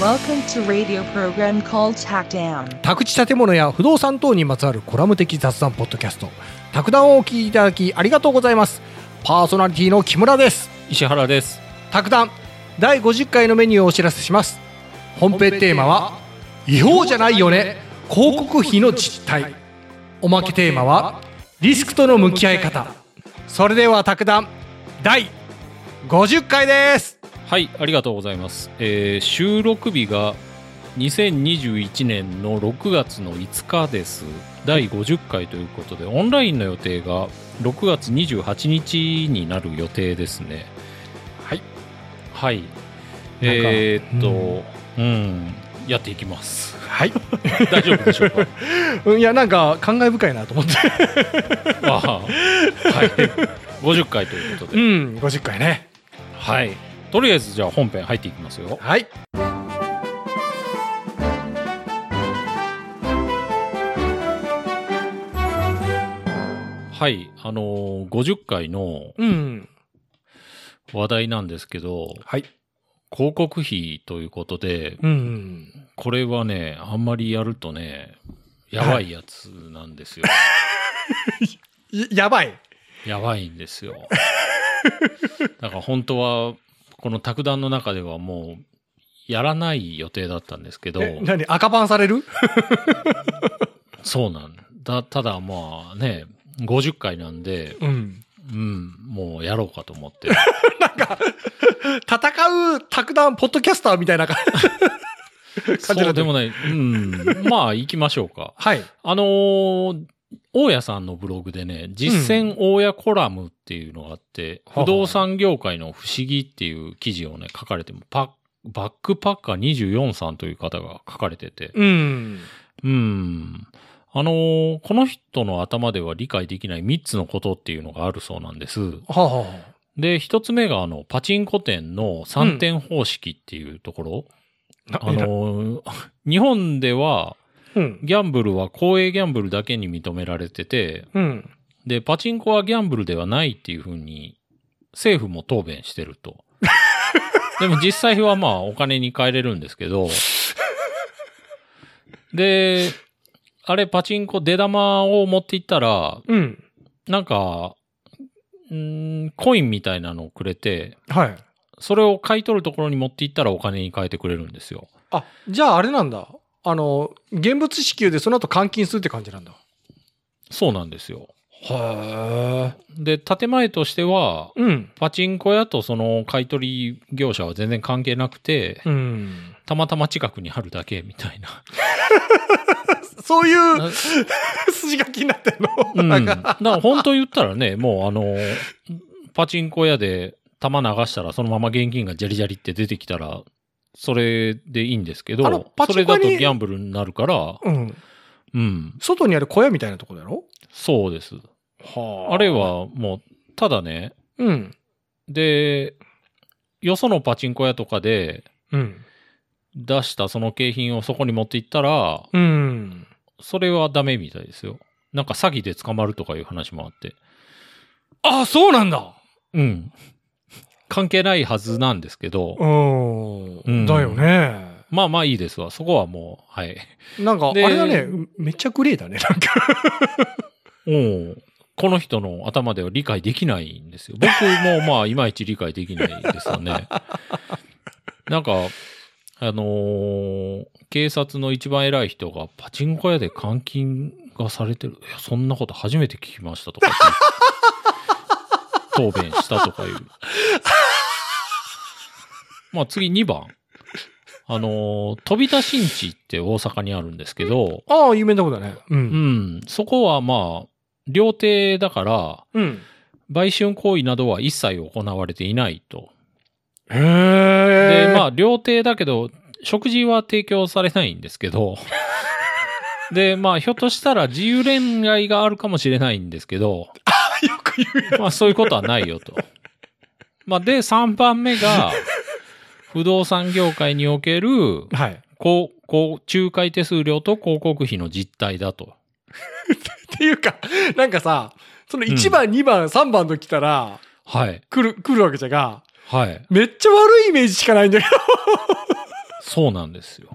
Welcome to radio program called TACDAM。 宅地建物や不動産等にまつわるコラム的雑談ポッドキャスト、卓談をお聞きいただきありがとうございます。パーソナリティの木村です。 石原です。 卓談第50回のメニューをお知らせします。本編テーマは違法じゃないよね、広告費の実態。おまけテーマはリスクとの向き合い方。それでは卓談第50回です。 はい、ありがとうございます。収録日が2021年の6月の5日です。第50回ということで、オンラインの予定が6月28日になる予定ですね。 はいはいやっていきます。 はい大丈夫でしょうか。 いや、なんか感慨深いなと思ってはい、50回ということで、 50回ね。 はい、とりあえずじゃあ本編入っていきますよ。 はい。 はい、50回の話題なんですけど、 はい、 広告費ということで、これはね、あんまりやるとね、やばいやつなんですよ。 やばいんですよ。だから本当はこの卓談の中ではもうやらない予定だったんですけど。 何、赤バンされる？ そうなんだ。ただまあね、50回なんで、もうやろうかと思って。 なんか戦う卓談ポッドキャスターみたいな感じ。 そうでもない。まあ行きましょうか。 はい。 大家さんのブログでね、実践大家コラムっていうのがあって、不動産業界の不思議っていう記事をね、書かれても、バックパッカー24さんという方が書かれてて、この人の頭では理解できない3つのことっていうのがあるそうなんです。で、1つ目がパチンコ店の3点方式っていうところ。日本では、ギャンブルは公営ギャンブルだけに認められてて、で、パチンコはギャンブルではないっていうふうに政府も答弁してると。でも実際はまあお金に換えれるんですけど、で、あれパチンコ出玉を持っていったら、なんか、コインみたいなのをくれて、それを買い取るところに持っていったらお金に換えてくれるんですよ。 あ、じゃああれなんだ。現物支給でその後換金するって感じなんだ。 そうなんですよ。 へー。で、建前としては、パチンコ屋とその買い取り業者は全然関係なくて、たまたま近くにあるだけみたいな。 そういう筋書きになってんの？ だから本当言ったらね、もうパチンコ屋で玉流したらそのまま現金がジャリジャリって出てきたら、それでいいんですけど、それだとギャンブルになるから、 外にある小屋みたいなところだろ？ そうです。あれはもう、ただね、で、よそのパチンコ屋とかで、出したその景品をそこに持っていったら、それはダメみたいですよ。なんか詐欺で捕まるとかいう話もあって。 あ、そうなんだ。 関係ないはずなんですけど。 だよね。 まあまあいいですわ。そこはもう、はい。 なんか、あれだね。めっちゃグレーだね、なんか。 この人の頭では理解できないんですよ。僕もまあ、いまいち理解できないですよね。なんか、警察の一番偉い人がパチンコ屋で監禁がされてる。いや、そんなこと初めて聞きましたとかって。答弁したとかいう。まあ次2番。飛び田新地って大阪にあるんですけど。 ああ、有名なことだね。 そこはまあ、料亭だから、売春行為などは一切行われていないと。で、まあ、料亭だけど、食事は提供されないんですけど。で、まあ、ひょっとしたら自由恋愛があるかもしれないんですけど。 よく言うやつ。 まあ、そういうことはないよと。まあ、で、3番目が、不動産業界における、仲介手数料と広告費の実態だと。 っていうか、なんかさ、その1番、2番、3番と来たら、来るわけじゃが、めっちゃ悪いイメージしかないんだけど。 そうなんですよ。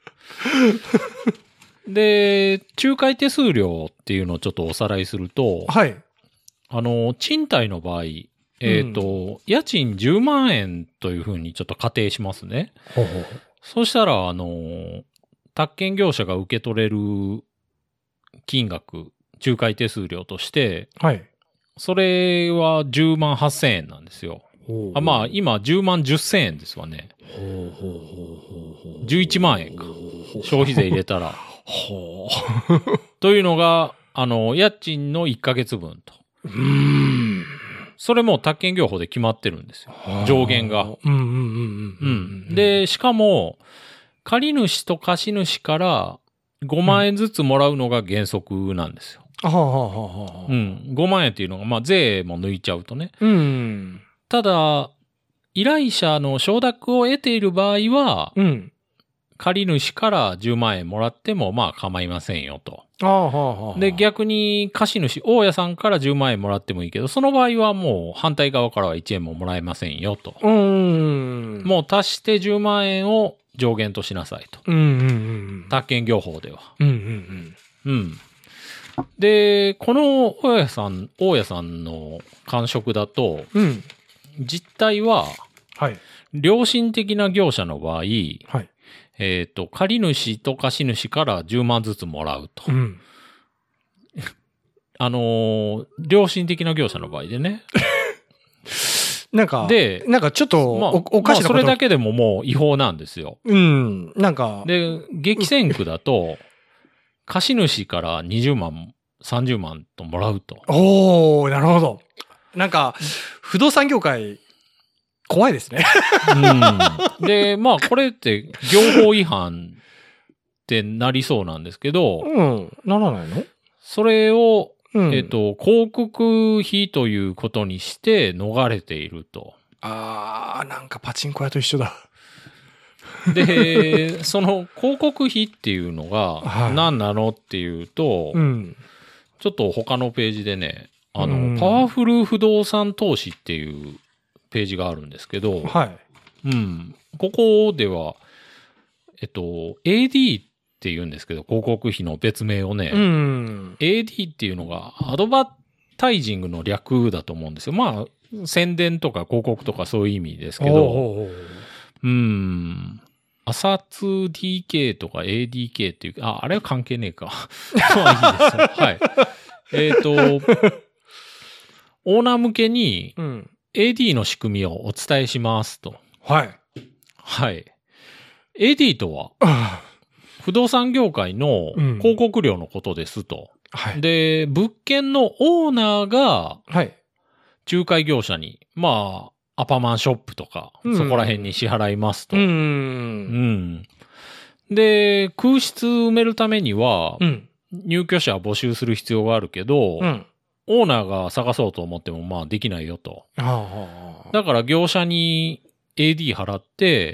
で、仲介手数料っていうのをちょっとおさらいすると、 はい。 賃貸の場合、家賃10万円というふうにちょっと仮定しますね。 ほうほう。 そしたら、宅建業者が受け取れる金額、仲介手数料として、 はい。 それは10万8000円なんですよ。まあ、今10万10千円ですわね。11万円か。消費税入れたら。というのが、家賃の1ヶ月分と。それも宅建業法で決まってるんですよ。上限が。で、しかも、借り主と貸主から5万円ずつもらうのが原則なんですよ。5万円っていうのが、まあ、税も抜いちゃうとね。ただ、依頼者の承諾を得ている場合は、借り主から10万円もらっても、まあ構いませんよと。で、逆に貸主、大家さんから10万円もらってもいいけど、その場合はもう反対側からは1円ももらえませんよと。もう足して10万円を上限としなさいと。宅建業法では。で、この大家さんの感触だと、実態は、良心的な業者の場合、借り主と貸主から10万ずつもらうと。良心的な業者の場合でね。 なんかちょっとおかしなこと。 それだけでももう違法なんですよ。で、激戦区だと、貸主から20万、30万ともらうと。 おー、なるほど。なんか、不動産業界、怖いですね。 で、まあ、これって、業法違反ってなりそうなんですけど、 ならないの？ それを、広告費ということにして逃れていると。 なんかパチンコ屋と一緒だ。 で、その広告費っていうのが何なのっていうと、ちょっと他のページでね、パワフル不動産投資っていうページがあるんですけど、ここでは、AD って言うんですけど、広告費の別名をね、AD っていうのがアドバタイジングの略だと思うんですよ。まあ、宣伝とか広告とかそういう意味ですけど、アサツ DK とか ADK っていう、あれは関係ねえか。まあいいです。はい。オーナー向けに AD の仕組みをお伝えしますと。はい。AD とは、不動産業界の広告料のことですと。で、物件のオーナーが、仲介業者に、まあ、アパマンショップとか、そこら辺に支払いますと。で、空室埋めるためには、入居者募集する必要があるけど、オーナーが探そうと思っても、まあ、できないよと。だから、業者に AD 払って、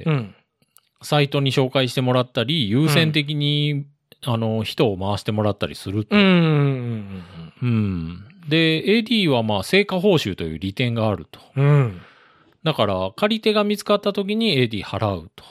サイトに紹介してもらったり、優先的に、人を回してもらったりすると。で、AD はまあ、成果報酬という利点があると。だから、借り手が見つかった時に AD 払うと。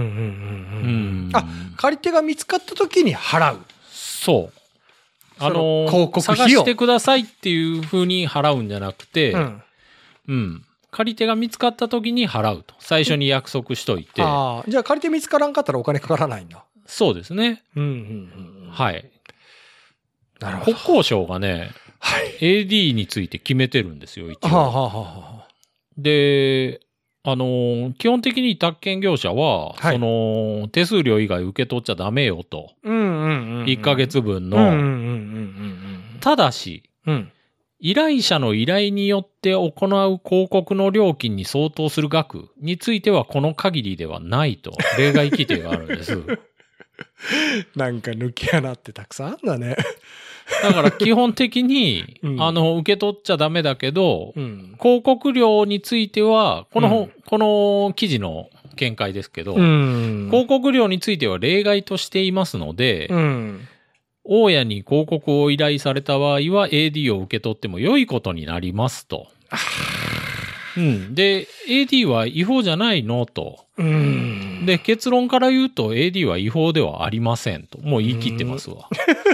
借り手が見つかった時に払う。 そう。 広告費を探してくださいっていう風に払うんじゃなくて、借り手が見つかった時に払うと。最初に約束しといて。じゃあ借り手見つからんかったらお金かからないんだ。 そうですね。はい。 なるほど。 国交省がね、AD について決めてるんですよ、一応。で、基本的に宅建業者は、その、手数料以外受け取っちゃダメよと。1ヶ月分の。ただし、依頼者の依頼によって行う広告の料金に相当する額についてはこの限りではないと、例外規定があるんです。 なんか抜き穴ってたくさんあんだね。 だから基本的に、受け取っちゃダメだけど、広告料については、この記事の見解ですけど、広告料については例外としていますので、大家に広告を依頼された場合は AD を受け取っても良いことになりますと。 うん。で、AD は違法じゃないのと。で、結論から言うと AD は違法ではありませんと。もう言い切ってますわ。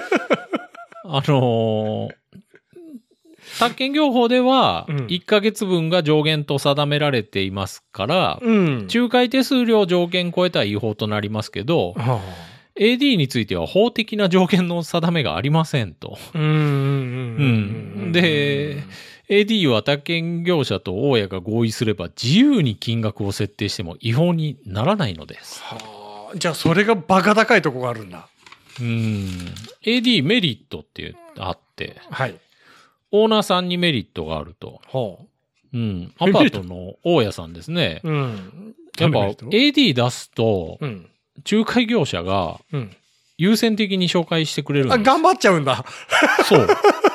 宅建業法では、1ヶ月分が上限と定められていますから、仲介手数料上限超えたら違法となりますけど、AD については法的な上限の定めがありませんと。で、AD は宅建業者と大家が合意すれば自由に金額を設定しても違法にならないのです。 じゃあそれがバカ高いとこがあるんだ。 AD メリットってあって、 はい。 オーナーさんにメリットがあると。アパートの大家さんですね。やっぱ AD 出すと、仲介業者が優先的に紹介してくれるんです。 頑張っちゃうんだ。 そう。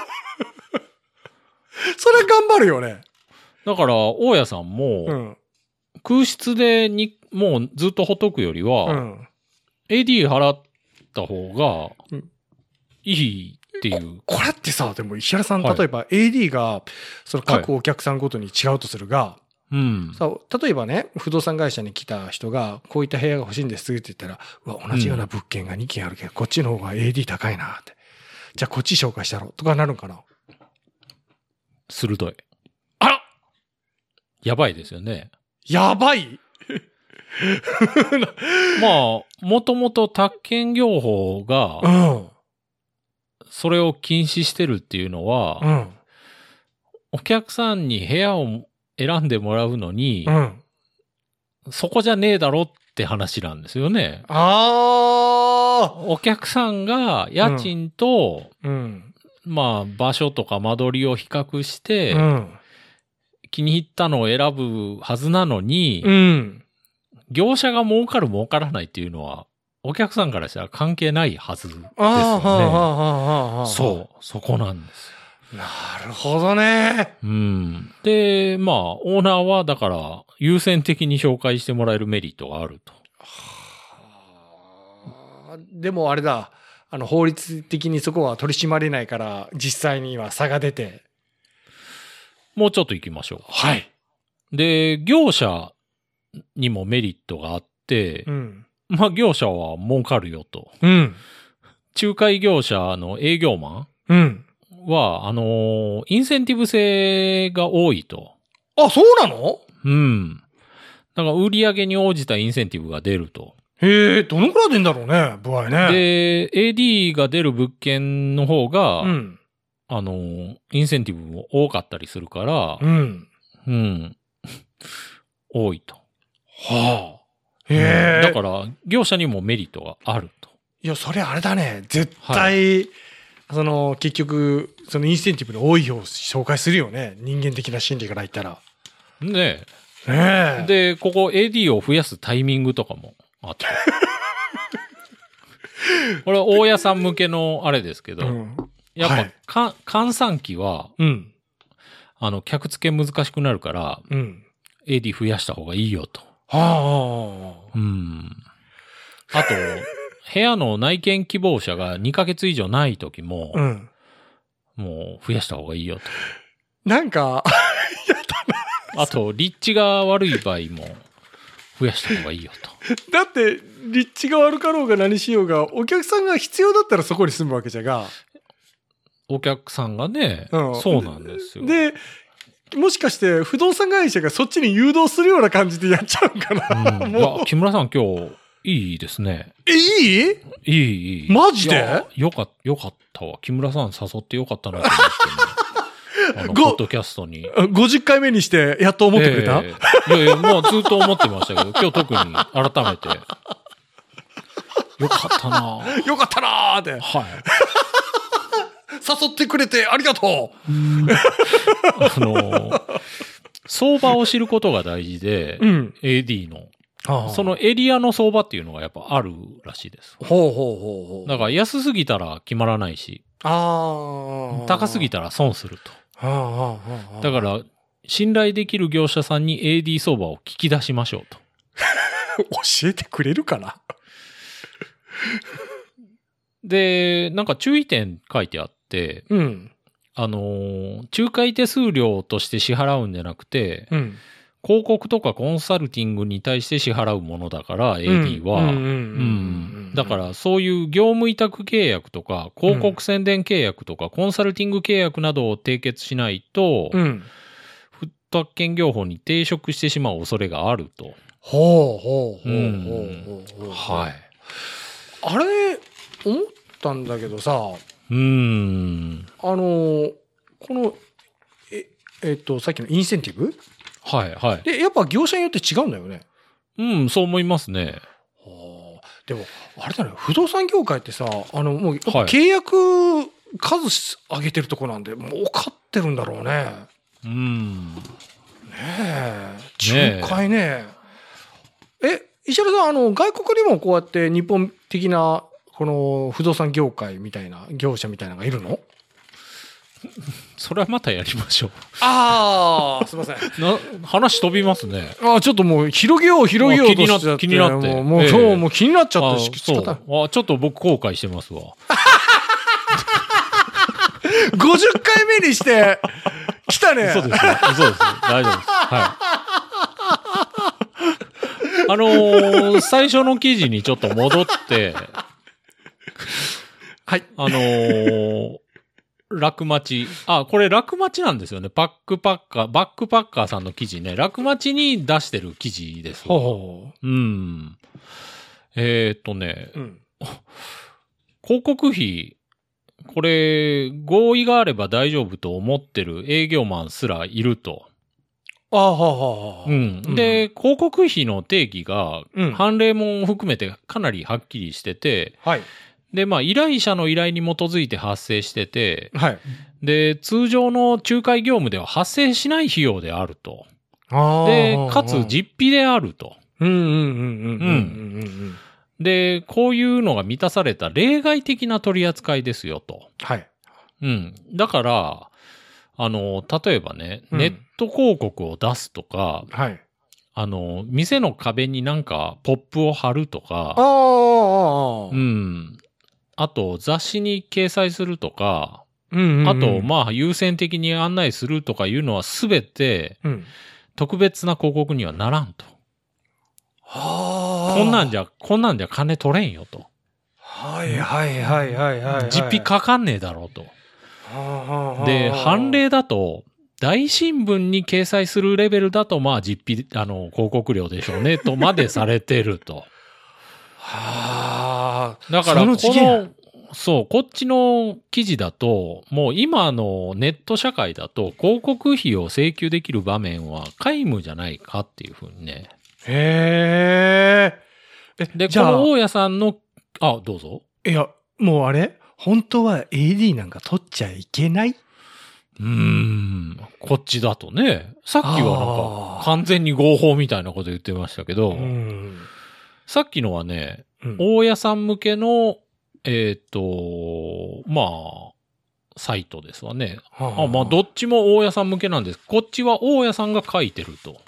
それ頑張るよね。 だから、大家さんも、空室でもうずっとほっとくよりは、AD 払った方がいいっていう。 これってさ、でも石原さん、例えば AD が、その各お客さんごとに違うとするが、例えばね、不動産会社に来た人が、こういった部屋が欲しいんですって言ったら、同じような物件が2軒あるけど、こっちの方が AD 高いなって。じゃあこっち紹介したろとかなるんかな。 鋭い。あらやばいですよね。 やばいまあ、もともと宅建業法が、それを禁止してるっていうのは、お客さんに部屋を選んでもらうのに、そこじゃねえだろって話なんですよね。お客さんが家賃と、まあ、場所とか間取りを比較して、気に入ったのを選ぶはずなのに、業者が儲かる儲からないっていうのは、お客さんからしたら関係ないはずですよね。そう、そこなんです。 なるほどね。 で、まあ、オーナーはだから、優先的に紹介してもらえるメリットがあると。 でもあれだ。法律的にそこは取り締まれないから、実際には差が出て。 もうちょっと行きましょう。 はい。 で、業者にもメリットがあって、まあ業者は儲かるよと。仲介業者の営業マンは、インセンティブ制が多いと。 あ、そうなの？ だから売上に応じたインセンティブが出ると。 へえ、どのくらい出んだろうね、部合ね。 で、AD が出る物件の方が、インセンティブも多かったりするから、多いと。 はあ。へえ。 だから、業者にもメリットがあると。 いや、それあれだね。絶対、結局、そのインセンティブの多い方を紹介するよね。人間的な心理から言ったら。 ねえ。で、ここ AD を増やすタイミングとかもあって。これは大家さん向けのあれですけど、やっぱ、換算期は、客付け難しくなるから、AD 増やした方がいいよと。あと、部屋の内見希望者が2ヶ月以上ない時も、もう増やした方がいいよと。 なんか、 あと、立地が悪い場合も増やした方がいいよと。 だって、立地が悪かろうが何しようが、お客さんが必要だったらそこに住むわけじゃが。 お客さんがね、そうなんですよ。 で、もしかして不動産会社がそっちに誘導するような感じでやっちゃうかな。 もう木村さん今日、いいですね。 いいマジでよかったわ。木村さん誘ってよかったなと思って、ポッドキャストに。 50回目にしてやっと思ってくれた？ いや、もうずっと思ってましたけど、今日特に改めて。よかったなぁ。 よかったなーって。 はい。 誘ってくれてありがとう。 相場を知ることが大事で、AD の。そのエリアの相場っていうのがやっぱあるらしいです。だから安すぎたら決まらないし、高すぎたら損すると。だから信頼できる業者さんに AD 相場を聞き出しましょうと。 教えてくれるかな？ で、なんか注意点書いてあって、 仲介手数料として支払うんじゃなくて、広告とかコンサルティングに対して支払うものだから、AD は。だから、そういう業務委託契約とか、広告宣伝契約とか、コンサルティング契約などを締結しないと、不特権業法に抵触してしまう恐れがあると。はい。 あれ、思ったんだけどさ、この、さっきのインセンティブ？ はいはい。 で、やっぱ業者によって違うんだよね。 そう思いますね。 でも、あれだね、不動産業界ってさ、もう、契約数上げてるとこなんで、儲かってるんだろうね。ねえ。仲介ね。石原さん、外国にもこうやって日本的な、この不動産業界みたいな、業者みたいなのがいるの？ それはまたやりましょう。 すいません。 話飛びますね。 ちょっともう広げようとしちゃって。 気になって。 もう気になっちゃってちょっと僕後悔してますわ。 50回目にして、来たね。 そうです。大丈夫です。はい。最初の記事にちょっと戻って、 はい。 楽町。これ楽町なんですよね。バックパッカーさんの記事ね。楽町に出してる記事です。広告費、これ、合意があれば大丈夫と思ってる営業マンすらいると。で、広告費の定義が、判例も含めてかなりはっきりしてて、で、依頼者の依頼に基づいて発生してて、で、通常の仲介業務では発生しない費用であると。で、かつ実費であると。で、こういうのが満たされた例外的な取り扱いですよと。だから、例えばね、ネット広告を出すとか、店の壁になんかポップを貼るとか、あと雑誌に掲載するとか、あと優先的に案内するとかいうのはすべて特別な広告にはならんと。こんなんじゃ金取れんよと。実費かかんねえだろうと。で、判例だと、大新聞に掲載するレベルだと、実費、広告料でしょうね、とまでされてると。だから、こっちの記事だと、もう今のネット社会だと、広告費を請求できる場面は皆無じゃないかっていうふうにね。で、この大家さんの、どうぞ。 いや、もうあれ？本当は AD なんか取っちゃいけない？ こっちだとね、さっきはなんか完全に合法みたいなこと言ってましたけど、さっきのはね、大家さん向けの、サイトですわね。どっちも大家さん向けなんです。こっちは大家さんが書いてると。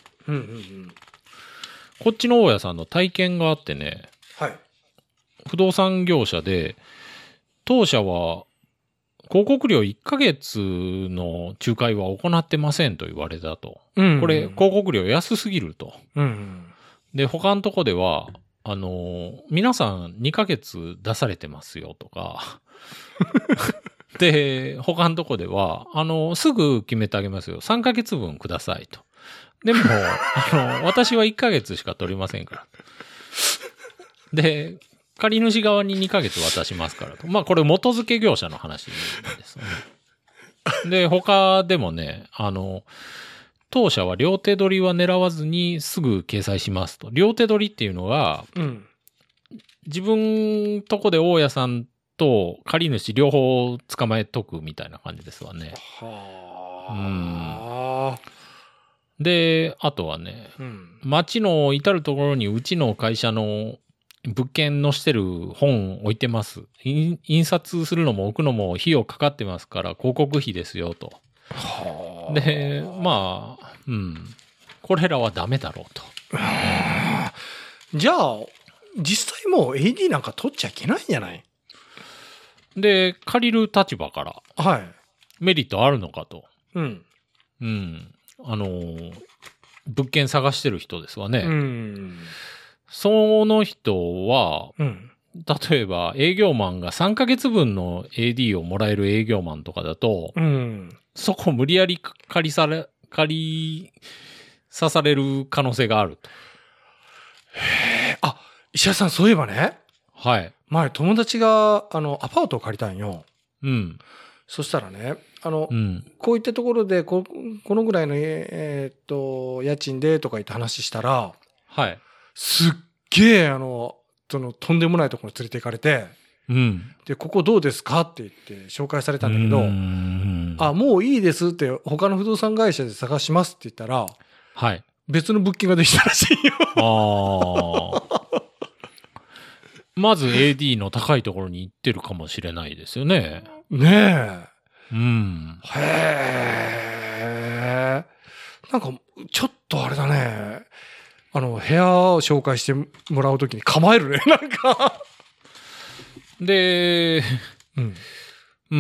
こっちの大家さんの体験があってね、不動産業者で、当社は広告料1ヶ月の仲介は行ってませんと言われたと。これ、広告料安すぎると。で、他のとこでは、皆さん2ヶ月出されてますよとか。で、他のとこでは、すぐ決めてあげますよ。3ヶ月分くださいと。でも、私は1ヶ月しか取りませんから。で、借り主側に2ヶ月渡しますからと。これ元付け業者の話ですね。で、他でもね、当社は両手取りは狙わずにすぐ掲載しますと。両手取りっていうのが、自分とこで大家さんと借り主両方捕まえとくみたいな感じですわね。で、あとはね、街の至るところにうちの会社の物件載してる本置いてます。印刷するのも置くのも費用かかってますから広告費ですよと。で、これらはダメだろうと。 じゃあ、実際もう AD なんか取っちゃいけないんじゃない？ で、借りる立場から。 メリットあるのかと。 うん。 うん。物件探してる人ですわね。 うん。 その人は、 うん。 例えば営業マンが3ヶ月分の AD をもらえる営業マンとかだと、 うん。 そこ無理やり借りさされる可能性があると。 あ、石田さん、そういえばね。 はい。 前、友達が、アパートを借りたんよ。 うん。 そしたらね、 うん。 こういったところで、このぐらいの、家賃でとか言って話したら、 はい。 すっげえ、とんでもないところに連れて行かれて、 うん。 で、ここどうですかって言って紹介されたんだけど、 あ、 もういいですって、他の不動産会社で探しますって言ったら、 はい。 別の物件ができたらしいよ。 ああ。まず AD の高いところに行ってるかもしれないですよね。 ねうん。 え。へえ。なんか、ちょっとあれだね。部屋を紹介してもらうときに構えるね、なんか。 で、 うん。 うん。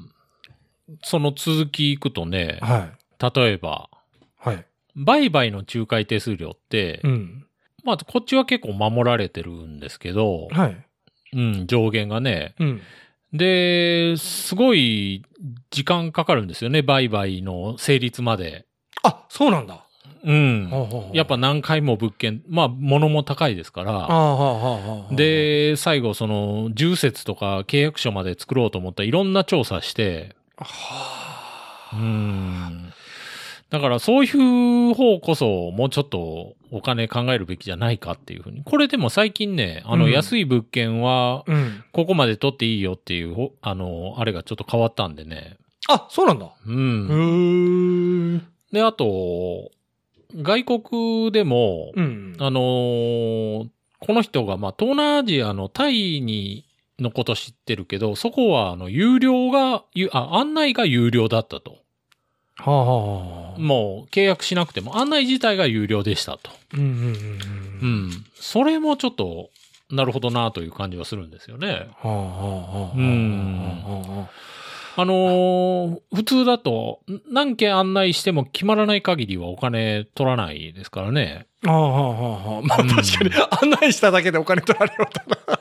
その続きいくとね、 はい。 例えば、 はい。 売買の仲介手数料って、 うん。 まあ、こっちは結構守られてるんですけど、 はい。 うん、上限がね。 うん。 で、すごい時間かかるんですよね、売買の成立まで。 あ、そうなんだ。 うん。 ほうほうほうやっぱ何回も物件、まあ、物も高いですから。 ああ、 で、最後、重説とか契約書まで作ろうと思ったらいろんな調査して、だからそういう方こそもうちょっとお金考えるべきじゃないかっていうふうに。これでも最近ね、安い物件は、ここまで取っていいよっていう、あれがちょっと変わったんでね。 あ、そうなんだ。 うん。で、あと、外国でも、この人が、まあ、東南アジアのタイのこと知ってるけど、そこは、案内が有料だったと。もう、契約しなくても、案内自体が有料でしたと。それもちょっと、なるほどなという感じはするんですよね。普通だと、何件案内しても決まらない限りはお金取らないですからね。 まあ確かに案内しただけでお金取られるんだな。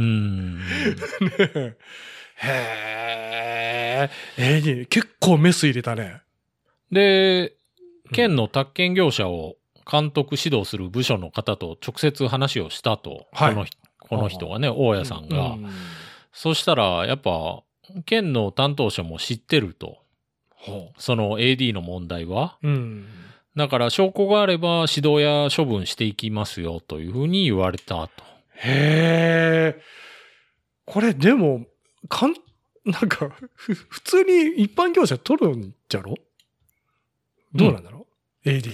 へえ。結構メス入れたね。 で、県の宅建業者を監督指導する部署の方と直接話をしたと。この人がね、大家さんが。そしたら、やっぱ、県の担当者も知ってると。その AD の問題は。だから証拠があれば指導や処分していきますよというふうに言われたと。 へえ。これでも、なんか、普通に一般業者取るんじゃろ？どうなんだろう、AD。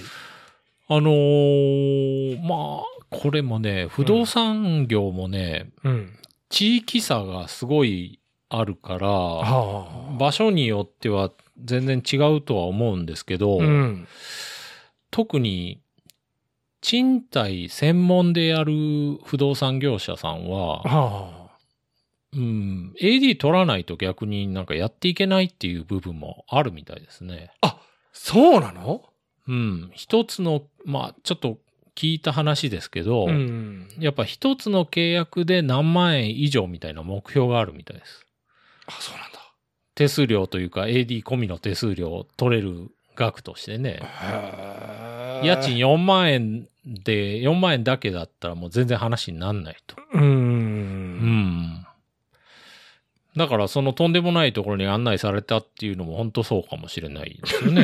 まあ、これもね、不動産業もね、地域差がすごいあるから、場所によっては全然違うとは思うんですけど、特に賃貸専門でやる不動産業者さんは、AD 取らないと逆になんかやっていけないっていう部分もあるみたいですね。 あ、そうなの？ 一つの、まあちょっと聞いた話ですけど、やっぱ一つの契約で何万円以上みたいな目標があるみたいです。 あ、そうなんだ。 手数料というか AD 込みの手数料を取れる額としてね。家賃4万円で、4万円だけだったらもう全然話になんないと。だからそのとんでもないところに案内されたっていうのも本当そうかもしれないですよね。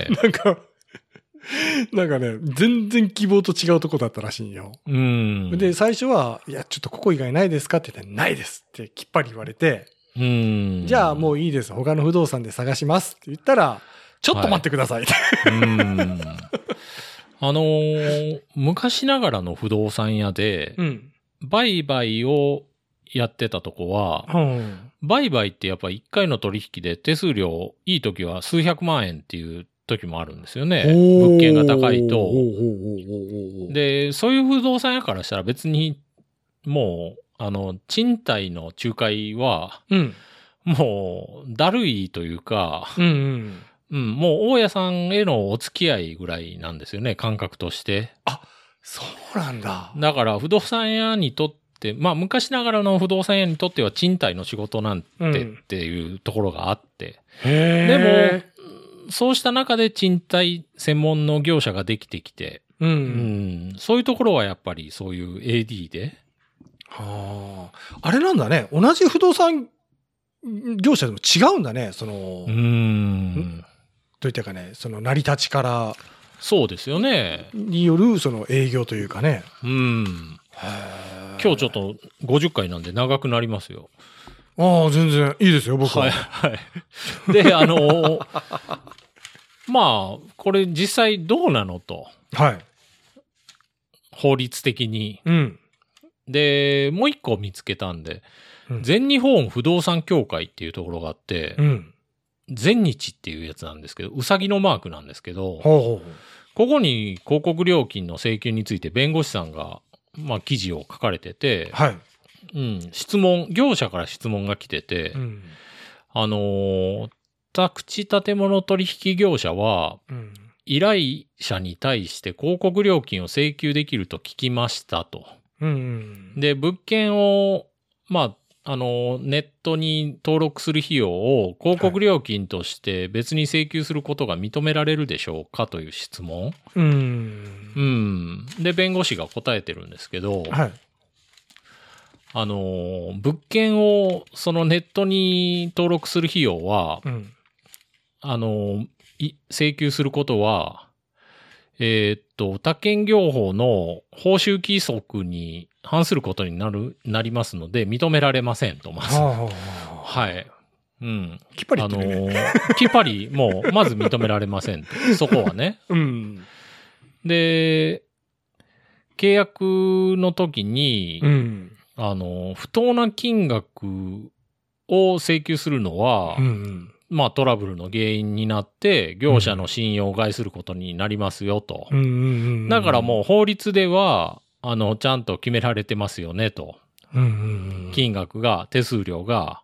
なんかね、全然希望と違うとこだったらしいよ。で、最初は、いや、ちょっとここ以外ないですかって言って、ないですってきっぱり言われて、じゃあもういいです。他の不動産で探しますって言ったら、ちょっと待ってください。 昔ながらの不動産屋で、売買をやってたとこは、売買ってやっぱ1回の取引で手数料いい時は数百万円っていう時もあるんですよね。物件が高いと。で、そういう不動産屋からしたら別にもう、賃貸の仲介は、 もう、だるいというか、 うんうん。 うん、もう大家さんへのお付き合いぐらいなんですよね、感覚として。 そうなんだ。 だから不動産屋にとって、まあ昔ながらの不動産屋にとっては賃貸の仕事なんてっていうところがあって。でも、そうした中で賃貸専門の業者ができてきて、 うん。 そういうところはやっぱりそういう AD で。 はあ。あれなんだね。同じ不動産業者でも違うんだね。といったかね、その成り立ちからそうですよね。 によるその営業というかね。 今日ちょっと50回なんで長くなりますよ。 ああ、全然いいですよ、僕は。 はい、はい。で、まあ、これ実際どうなのと。 はい。 法律的に。 うん。 で、もう一個見つけたんで、 うん全日本不動産協会っていうところがあって、 うん。 全日っていうやつなんですけど、うさぎのマークなんですけど、 ほうほうほう。 ここに広告料金の請求について弁護士さんが、まあ、記事を書かれてて、 はい。 業者から質問が来てて、 うん。 宅地建物取引業者は、 うん。 依頼者に対して広告料金を請求できると聞きましたと。 うん。 で、物件を、まあ、ネットに登録する費用を広告料金として別に請求することが認められるでしょうかという質問。で、弁護士が答えてるんですけど、 はい。 物件をそのネットに登録する費用は、 うん。 請求することは、宅建業法の報酬規則に反することになりますので、認められませんと、まず。はい。うん。 きっぱり言ってるね。 きっぱり、もう、まず認められませんと。そこはね。 うん。 で、契約の時に、不当な金額を請求するのは、まあトラブルの原因になって業者の信用を害することになりますよと。だからもう法律では、ちゃんと決められてますよねと。金額が、手数料が。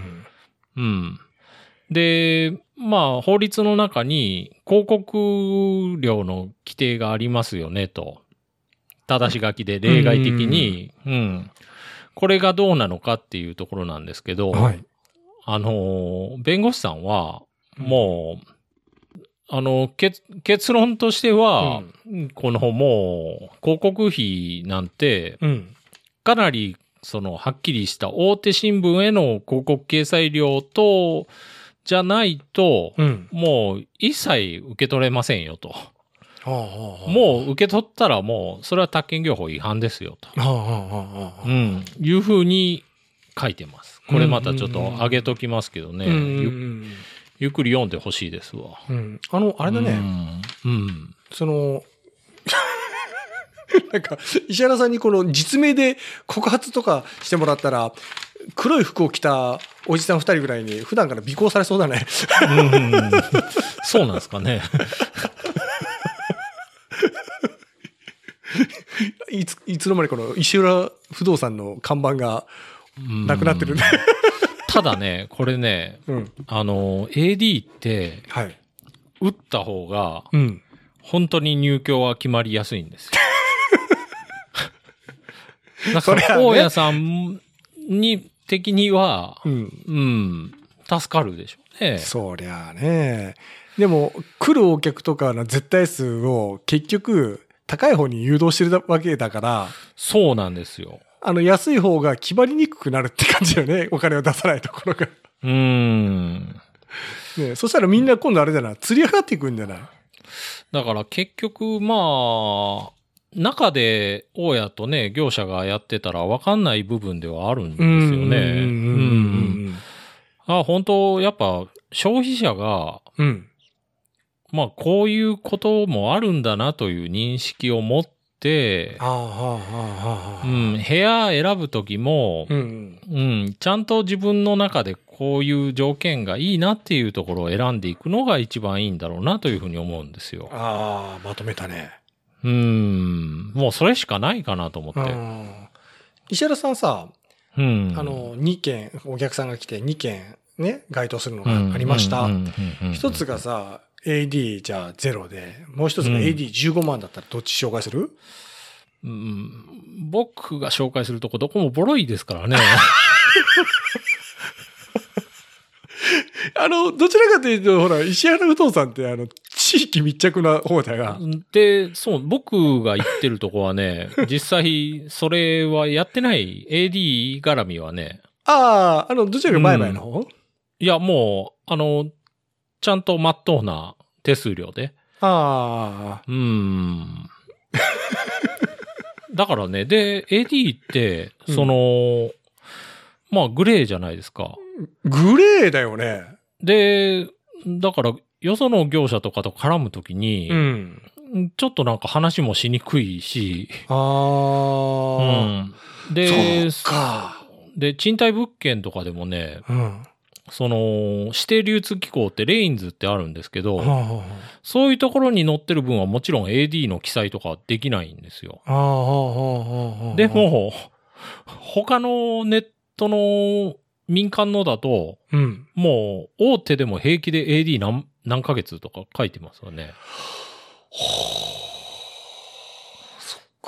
で、まあ法律の中に広告料の規定がありますよねと。正し書きで例外的に、これがどうなのかっていうところなんですけど、はい弁護士さんは、もう、結論としては、このもう、広告費なんて、かなり、はっきりした大手新聞への広告掲載料と、じゃないと、もう、一切受け取れませんよと。もう受け取ったらもう、それは宅建業法違反ですよと。いうふうに書いてます。これまたちょっと上げときますけどね。ゆっくり読んでほしいですわ。 あれだね。なんか、石原さんにこの実名で告発とかしてもらったら、黒い服を着たおじさん2人ぐらいに普段から尾行されそうだね。 そうなんですかね。 いつの間にこの石浦不動産の看板がなくなってるね。 ただね、これね、AD って、打った方が、本当に入居は決まりやすいんですよ。だから、大家さん的には、助かるでしょうね。 そりゃあね。でも、来るお客とかの絶対数を結局、高い方に誘導してるわけだから。 そうなんですよ。 安い方が決まりにくくなるって感じよね。お金を出さないところが。ね、そしたらみんな今度あれだな、釣り上がっていくんじゃない？ だから結局、まあ、中で大家とね、業者がやってたら分かんない部分ではあるんですよね。本当やっぱ消費者が、まあこういうこともあるんだなという認識を持って、部屋選ぶときも、ちゃんと自分の中でこういう条件がいいなっていうところを選んでいくのが一番いいんだろうなというふうに思うんですよ。 まとめたね。 もうそれしかないかなと思って。 石原さんさ、2件、お客さんが来て2件ね、該当するのがありました。一つがさ、AD じゃあ0で、もう一つが AD15 万だったらどっち紹介する？ 僕が紹介するとこどこもボロいですからね。 どちらかというと、ほら、石原不動産って地域密着な方だが。 で、そう、僕が言ってるとこはね、実際、それはやってない AD 絡みはね。 ああ、どちらか前々の方？ いや、もう、ちゃんと真っ当な手数料で。 ああ。 だからね、で、AD って、まあ、グレーじゃないですか。 グレーだよね。 で、だから、よその業者とかと絡むときに、ちょっとなんか話もしにくいし、で、 そっか。 で、賃貸物件とかでもね、指定流通機構ってレインズってあるんですけど、そういうところに載ってる分はもちろん AD の記載とかできないんですよ。でも、他のネットの民間のだと、もう大手でも平気で AD 何ヶ月とか書いてますよね。 そっか。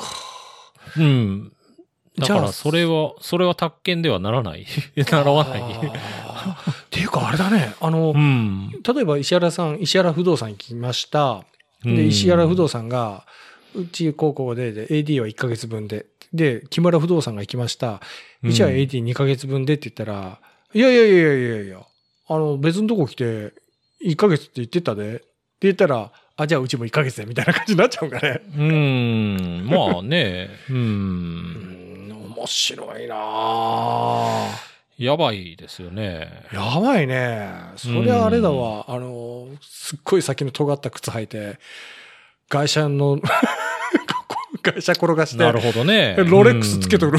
だからそれは宅建ではならない。ならわない。 っていうかあれだね。例えば石原不動産行きました。で、石原不動産が、うち高校で AD は1ヶ月分で。で、木村不動産が行きました。うちは AD2 ヶ月分でって言ったら、いや、別のとこ来て、1ヶ月って言ってたで。って言ったら、じゃあうちも1ヶ月でみたいな感じになっちゃうんかね。 まあね。 面白いなぁ。 やばいですよね。 やばいね。そりゃあれだわ。すっごい先の尖った靴履いて、会社転がして。 なるほどね。 ロレックスつけとる。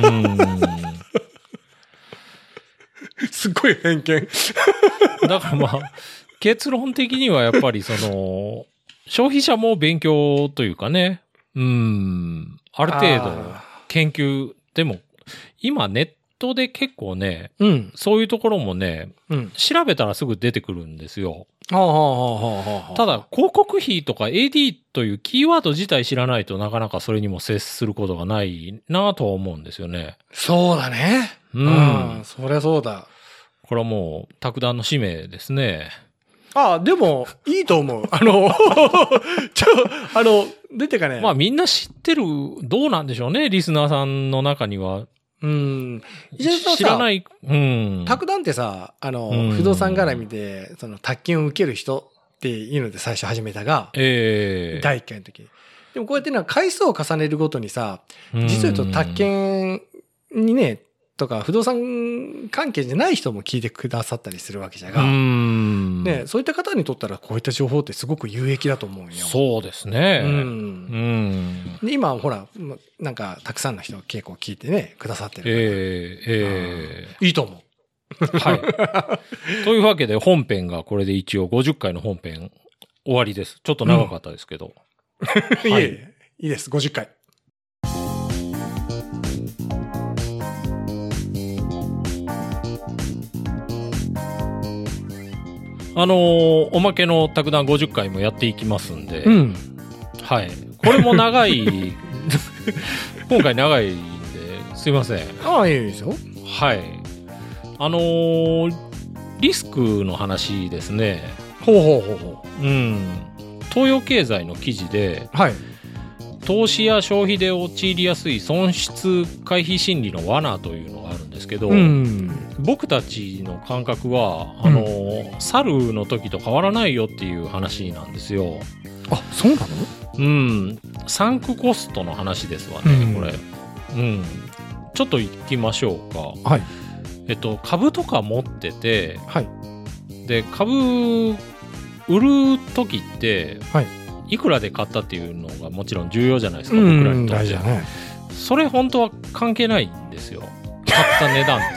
すっごい偏見。 だからまあ、結論的にはやっぱり消費者も勉強というかね、ある程度研究でも、今ネットで結構ね、そういうところもね、調べたらすぐ出てくるんですよ。ただ、広告費とか AD というキーワード自体知らないとなかなかそれにも接することがないなとは思うんですよね。 そうだね。そりゃそうだ。 これはもう、卓談の使命ですね。 でも、いいと思う。出てかね。 まあみんな知ってる、どうなんでしょうね、リスナーさんの中には。知らない。 卓談ってさ、不動産絡みで、宅建を受ける人っていうので最初始めたが、第1回の時に。でもこうやって回数を重ねるごとにさ、実は言うと宅建にね、とか、不動産関係じゃない人も聞いてくださったりするわけじゃが、ね、そういった方にとったらこういった情報ってすごく有益だと思うよ。 そうですね。 で今、ほら、なんか、たくさんの人が結構聞いてね、くださってるから。いいと思う。 はい。というわけで、本編がこれで一応50回の本編終わりです。ちょっと長かったですけど。 はい。いいです、50回。 おまけの卓談50回もやっていきますんで、はい。これも長い、今回長いんで、すいません。 いいですよ。 はい。リスクの話ですね。東洋経済の記事で、投資や消費で陥りやすい損失回避心理の罠というのがあるんですけど、僕たちの感覚は猿の時と変わらないよっていう話なんですよ。 そうなの？サンクコストの話ですわね、これ。ちょっと行きましょうか。株とか持ってて、で株売る時って、いくらで買ったっていうのがもちろん重要じゃないですか、僕らにとって。大事だね。それ本当は関係ないんですよ、買った値段って。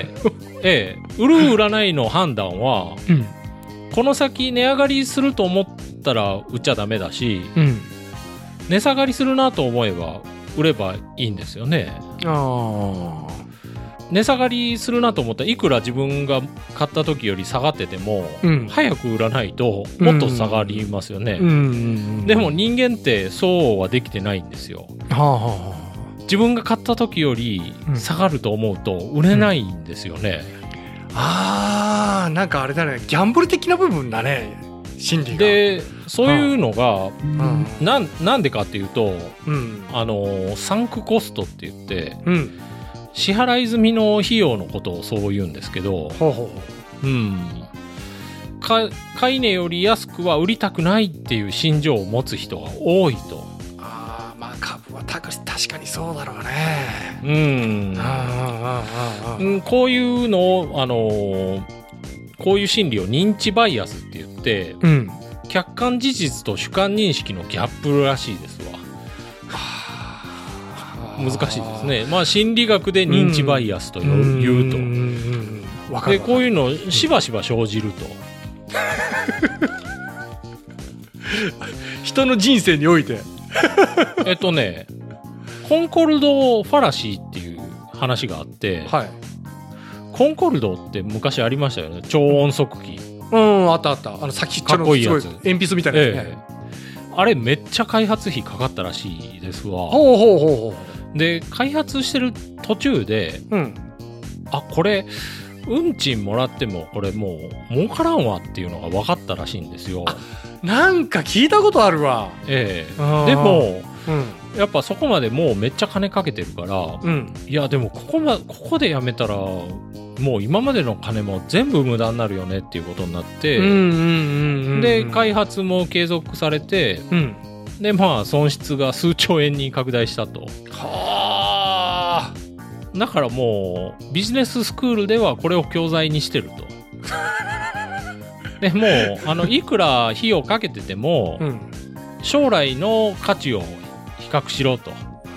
で、売る売らないの判断は、この先値上がりすると思ったら売っちゃダメだし、値下がりするなと思えば売ればいいんですよね。 値下がりするなと思ったらいくら自分が買った時より下がってても、早く売らないともっと下がりますよね。でも人間ってそうはできてないんですよ。自分が買った時より下がると思うと売れないんですよね。 なんかあれだね、ギャンブル的な部分だね、心理が。 でそういうのが、なんでかっていうと、サンクコストって言って、支払い済みの費用のことをそう言うんですけど、買い値より安くは売りたくないっていう心情を持つ人が多いと。 まあ株は確かにそうだろうね。こういうのをこういう心理を認知バイアスって言って、客観事実と主観認識のギャップらしいですわ。難しいですね。まあ心理学で認知バイアスと言うと。でこういうのしばしば生じると。 人の人生においてコンコルドファラシーっていう話があって、コンコルドって昔ありましたよね、超音速機。 あった先っちょのかっこいいやつ、 鉛筆みたいなやつね。 あれめっちゃ開発費かかったらしいですわ。で開発してる途中で、これ運賃もらってもこれもう儲からんわっていうのが分かったらしいんですよ。 なんか聞いたことあるわ。 でも、やっぱそこまでもうめっちゃ金かけてるから、いやでもここでやめたらもう今までの金も全部無駄になるよねっていうことになって、で開発も継続されて、でまあ損失が数兆円に拡大したと。だからもうビジネススクールではこれを教材にしてると。でもいくら費用かけてても、将来の価値を比較しろと。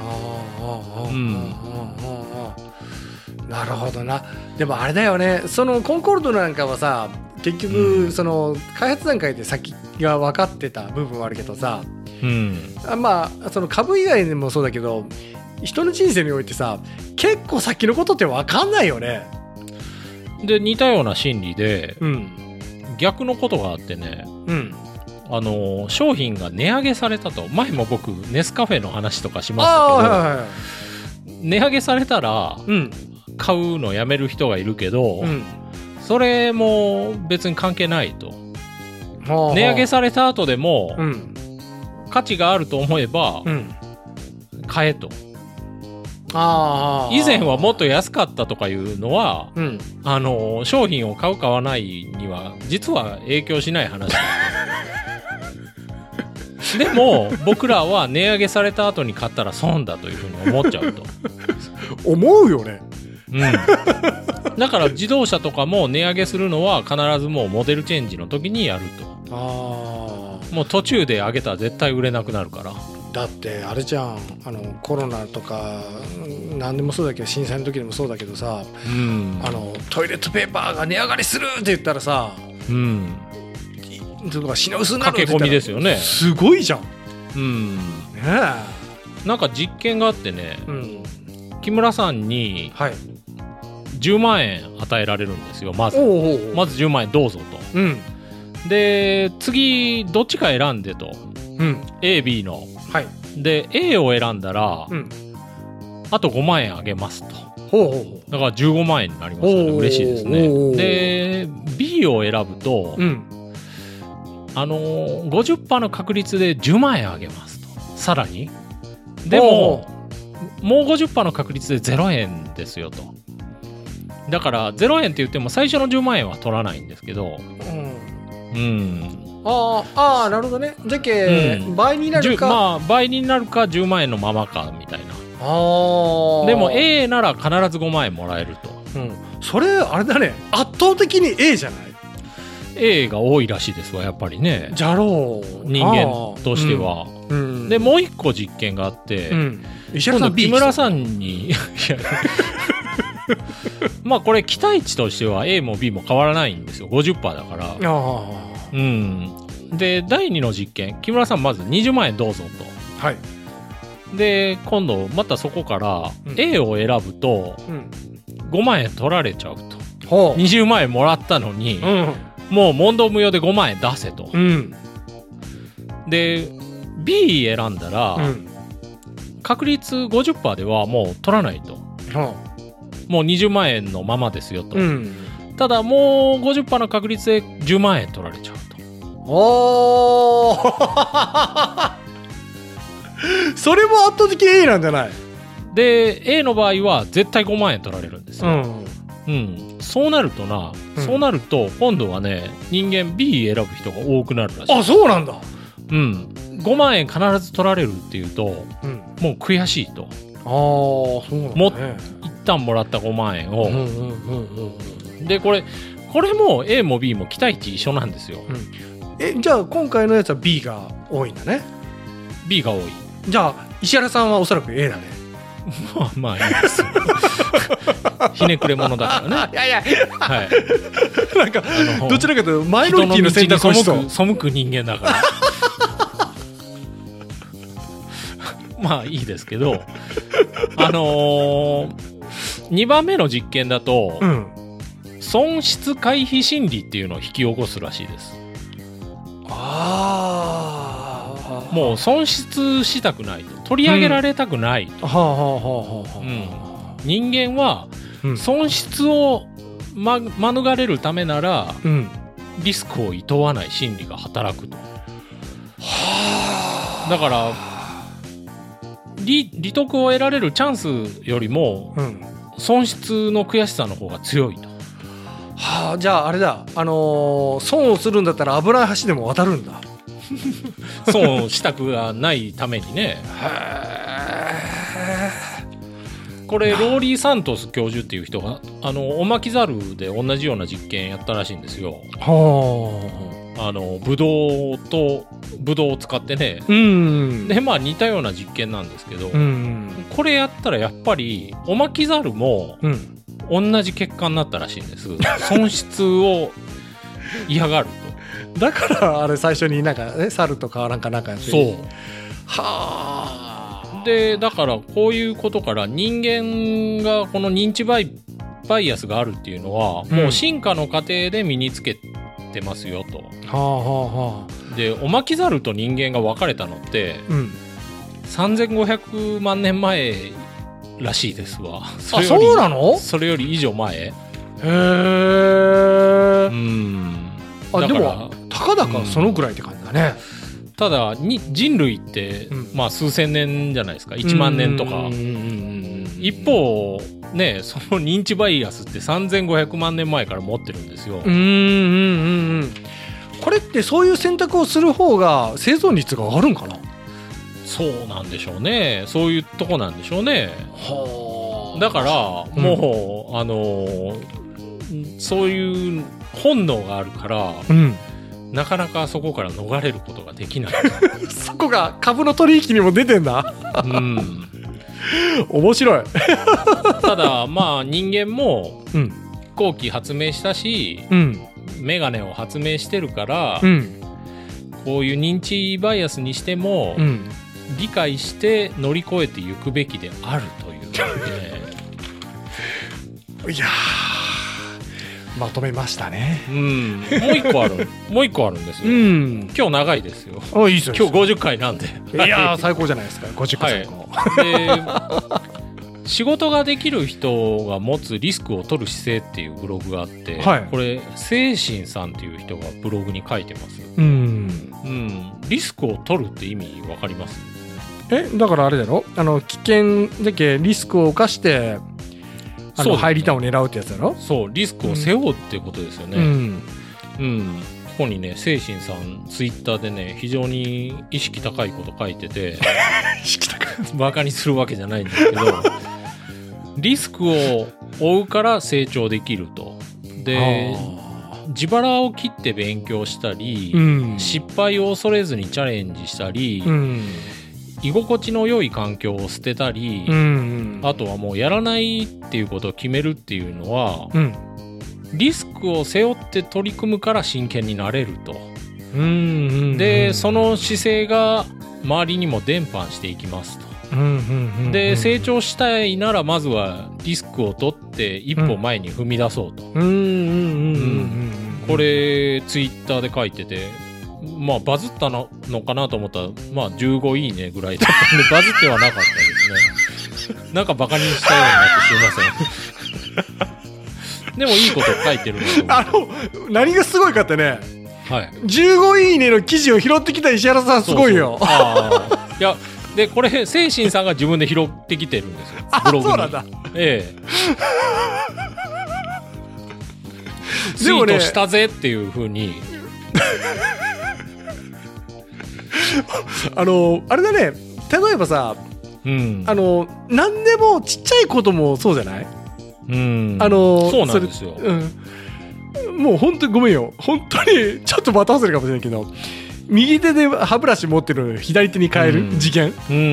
なるほどな。でもあれだよね、そのコンコルドなんかはさ、結局、その開発段階で先が分かってた部分はあるけどさ、まあその株以外でもそうだけど、人の人生においてさ、結構先のことって分かんないよね。 で似たような心理で、逆のことがあってね、商品が値上げされたと。前も僕ネスカフェの話とかしましたけど、値上げされたら、買うのやめる人がいるけど、それも別に関係ないと。値上げされた後でも、価値があると思えば、買えと。以前はもっと安かったとかいうのは、商品を買う買わないには実は影響しない話でも僕らは値上げされた後に買ったら損だというふうに思っちゃうと思うよね。 だから自動車とかも値上げするのは必ずもうモデルチェンジの時にやると。もう途中で上げたら絶対売れなくなるから。 だってあれじゃん、コロナとか何でもそうだけど、震災の時でもそうだけどさ、トイレットペーパーが値上がりするって言ったらさ、とか品薄になるって言ったら駆け込みですよね。 すごいじゃん。 なんか実験があってね、木村さんに10万円与えられるんですよ。まず10万円どうぞと。で次どっちか選んでと、A、B の、で A を選んだら、あと5万円あげますと。だから15万円になりますからね。嬉しいですね。で B を選ぶと、50% の確率で10万円あげますと。さらにでももう 50% の確率で0円ですよと。だから0円って言っても最初の10万円は取らないんですけど、 なるほどね。じゃけ、倍になるか、 倍になるか10万円のままかみたいな。でも A なら必ず5万円もらえると。 それあれだね、圧倒的に A じゃない？ A が多いらしいですわ、やっぱりね。 じゃろう、 人間としては。でもう一個実験があって、今度木村さんにまあこれ期待値としては A も B も変わらないんですよ。 50% だから。で第2の実験、木村さんまず20万円どうぞと。で今度またそこから A を選ぶと、 5万円取られちゃうと。 ほう。 20万円もらったのに、もう問答無用で5万円出せと。で、B 選んだら、確率 50% ではもう取らないと。もう20万円のままですよと。ただもう 50% の確率で10万円取られちゃうと。 おーそれも圧倒的 A なんじゃない？ で A の場合は絶対5万円取られるんですよ。そうなるとそうなると今度はね、人間 B 選ぶ人が多くなるらしい。 あ、そうなんだ。 5万円必ず取られるっていうと、もう悔しいと。 そうなんだね。 一旦もらった5万円を、でこれも A も B も期待値一緒なんですよ。 じゃあ今回のやつは B が多いんだね。 B が多い。 じゃあ石原さんはおそらく A だね。 まあいいですひねくれ者だからね。いやはい、 なんかどちらかというとマイノリティの選択をしそう。 背く人間だからまあいいですけど2番目の実験だと、損失回避心理っていうのを引き起こすらしいです。もう損失したくないと、取り上げられたくないと。人間は損失を、免れるためなら、リスクを厭わない心理が働くと。だから利得を得られるチャンスよりも、損失の悔しさの方が強いと。 じゃああれだ、損をするんだったら危ない橋でも渡るんだ。 損をしたくないためにね。これローリー・サントス教授っていう人がオマキザルで同じような実験やったらしいんですよ。ブドウを使ってね、でまあ似たような実験なんですけど、これやったらやっぱりオマキザルも同じ結果になったらしいんです。損失を嫌がると。 だからあれ最初になんかね、猿とかなんかやって。そう。 でだからこういうことから人間がこの認知バイアスがあるっていうのは、もう進化の過程で身につけてますよと。でオマキザルと人間が分かれたのって、3500万年前らしいですわ。 そうなの？ それより以上前。 へえ。でもたかだかそのぐらいって感じだね。 ただ人類って、まあ数千年じゃないですか。1万年とか。一方ね、その認知バイアスって3500万年前から持ってるんですよ。 これってそういう選択をする方が生存率が上がるんかな？ そうなんでしょうね。そういうとこなんでしょうね。だからもう、そういう本能があるから、なかなかそこから逃れることができないそこが株の取引にも出てんだ面白いただまあ人間も飛行機発明したし、メガネを発明してるから、こういう認知バイアスにしても、理解して乗り越えていくべきであるといういやまとめましたね。 もう一個あるんですよ。今日長いですよ。 いいですよ。 今日50回なんで。 いや最高じゃないですか。50回最高。 で仕事ができる人が持つリスクを取る姿勢っていうブログがあって、これ精神さんっていう人がブログに書いてます。リスクを取るって意味わかります？ だからあれだろ、危険だけリスクを冒してハイリターンを狙うってやつだろ。 そうリスクを背負うってことですよね。ここにね精神さんツイッターでね非常に意識高いこと書いてて意識高いバカにするわけじゃないんですけどリスクを負うから成長できると。で自腹を切って勉強したり、失敗を恐れずにチャレンジしたり、居心地の良い環境を捨てたり、あとはもうやらないっていうことを決めるっていうのは、リスクを背負って取り組むから真剣になれると。でその姿勢が周りにも伝播していきますと。 で成長したいならまずはリスクを取って一歩前に踏み出そうと。これツイッターで書いてて、まあバズったのかなと思ったら、まあ15いいねぐらいだったんでバズってはなかったですね。なんかバカにしたようになってすいません。でもいいこと書いてるなと思って。 何がすごいかってね、 はい、 15いいねの記事を拾ってきた石原さんすごいよ。 いやでこれ精神さんが自分で拾ってきてるんですよ、ブログに。そうなんだ。ツイートしたぜっていう風にあれだね、例えばさ、何でもちっちゃいこともそうじゃない？そうなんですよ。もう本当にごめんよ、本当にちょっとまた忘れるかもしれないけど、右手で歯ブラシ持ってるの左手に変える事件、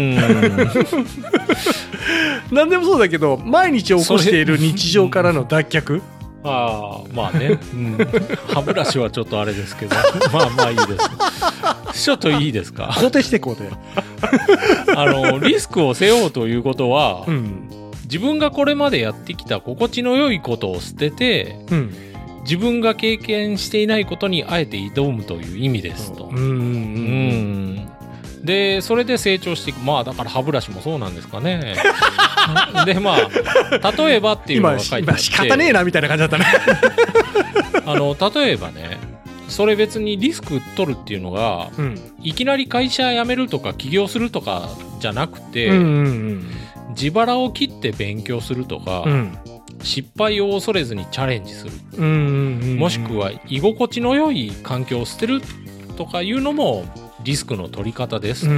何でもそうだけど、毎日起こしている日常からの脱却。 まあね、歯ブラシはちょっとあれですけどまあいいです。ちょっといいですか。 肯定して肯定。 リスクを背負うということは、自分がこれまでやってきた心地の良いことを捨てて、自分が経験していないことにあえて挑むという意味ですと。でそれで成長していく。まあだから歯ブラシもそうなんですかね。でまあ例えばっていうのが書いてあって、 今仕方ねえなみたいな感じだったね。 例えばね、それ別にリスク取るっていうのが、いきなり会社辞めるとか起業するとかじゃなくて、自腹を切って勉強するとか、失敗を恐れずにチャレンジする、もしくは居心地の良い環境を捨てるとかいうのもリスクの取り方ですと。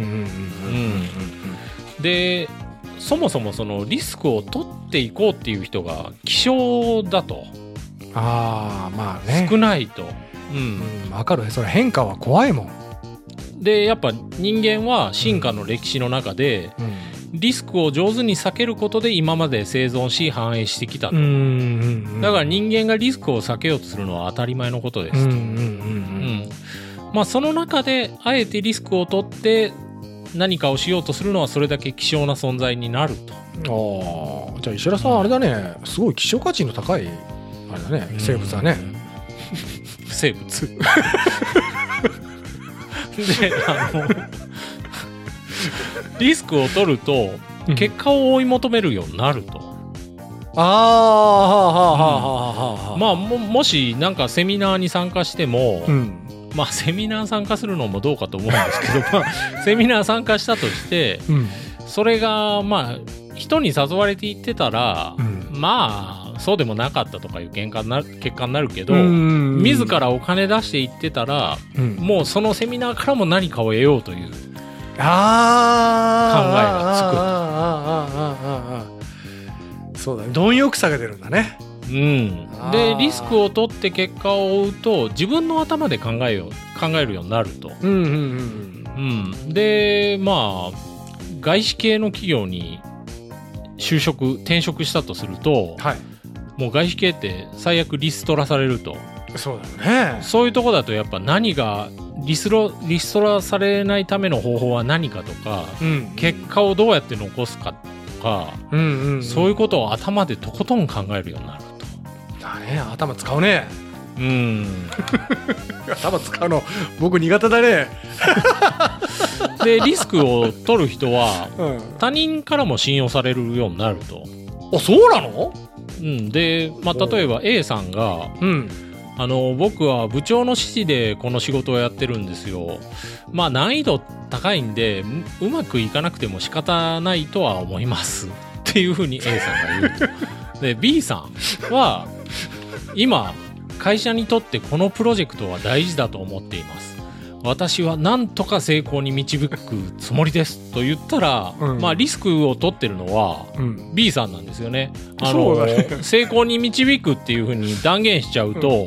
でそもそもそのリスクを取っていこうっていう人が希少だと。 まあね、 少ないと。 分かる。それ変化は怖いもんで、やっぱ人間は進化の歴史の中で、リスクを上手に避けることで今まで生存し繁栄してきたと。だから人間がリスクを避けようとするのは当たり前のことですと。まあその中であえてリスクを取って何かをしようとするのはそれだけ希少な存在になると。 じゃあ石原さんあれだね、すごい希少価値の高いあれだね、生物だね。 生物でリスクを取ると結果を追い求めるようになると。まあもしなんかセミナーに参加しても、まあセミナー参加するのもどうかと思うんですけど、まあセミナー参加したとして、それがまあ人に誘われて行ってたら、まあそうでもなかったとかいう結果になるけど、自らお金出して行ってたら、もうそのセミナーからも何かを得ようという考えがつく。そうだね、貪欲さが出るんだね。 でリスクを取って結果を追うと自分の頭で考えるようになると。でまあ外資系の企業に転職したとすると、もう外資系って最悪リストラされると。 そうだね。 そういうとこだとやっぱ何がリストラされないための方法は何かとか、結果をどうやって残すかとか、そういうことを頭でとことん考えるようになると。 だね、頭使うね。頭使うの僕苦手だね。 でリスクを取る人は、他人からも信用されるようになると。 そうなの？ で、まあ、例えば A さんが、僕は部長の指示でこの仕事をやってるんですよ。まあ難易度高いんでうまくいかなくても仕方ないとは思いますっていうふうに A さんが言うと。で B さんは今会社にとってこのプロジェクトは大事だと思っています。私は何とか成功に導くつもりですと言ったら、まあリスクを取ってるのは B さんなんですよね。成功に導くっていうふうに断言しちゃうと、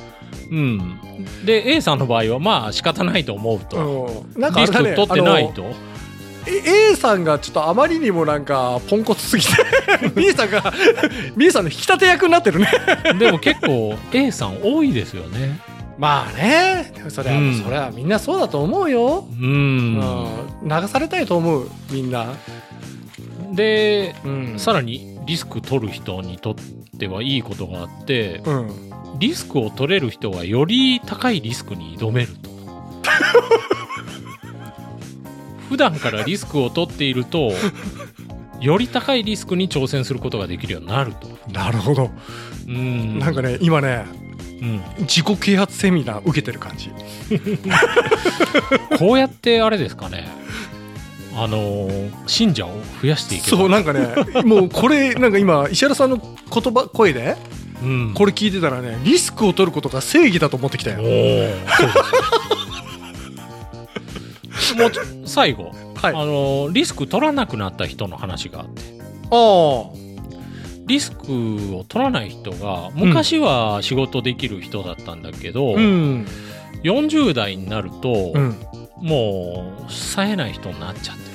で A さんの場合はまあ仕方ないと思うと、リスク取ってないと。 A さんがちょっとあまりにもなんかポンコツすぎてB さんの引き立て役になってるね。 でも結構 A さん多いですよね。 まあね、それはみんなそうだと思うよ。流されたいと思う、みんな。 で、さらにリスク取る人にとってはいいことがあって、リスクを取れる人はより高いリスクに挑めると。普段からリスクを取っていると、より高いリスクに挑戦することができるようになると。 なるほど。なんかね、今ね、自己啓発セミナー受けてる感じ。 こうやってあれですかね、信者を増やしていけば。 そう、なんかね、もうこれなんか今石原さんの声で、これ聞いてたらね、リスクを取ることが正義だと思ってきたよ。そうですもう最後、リスク取らなくなった人の話があって。リスクを取らない人が昔は仕事できる人だったんだけど、40代になると、もう冴えない人になっちゃってる。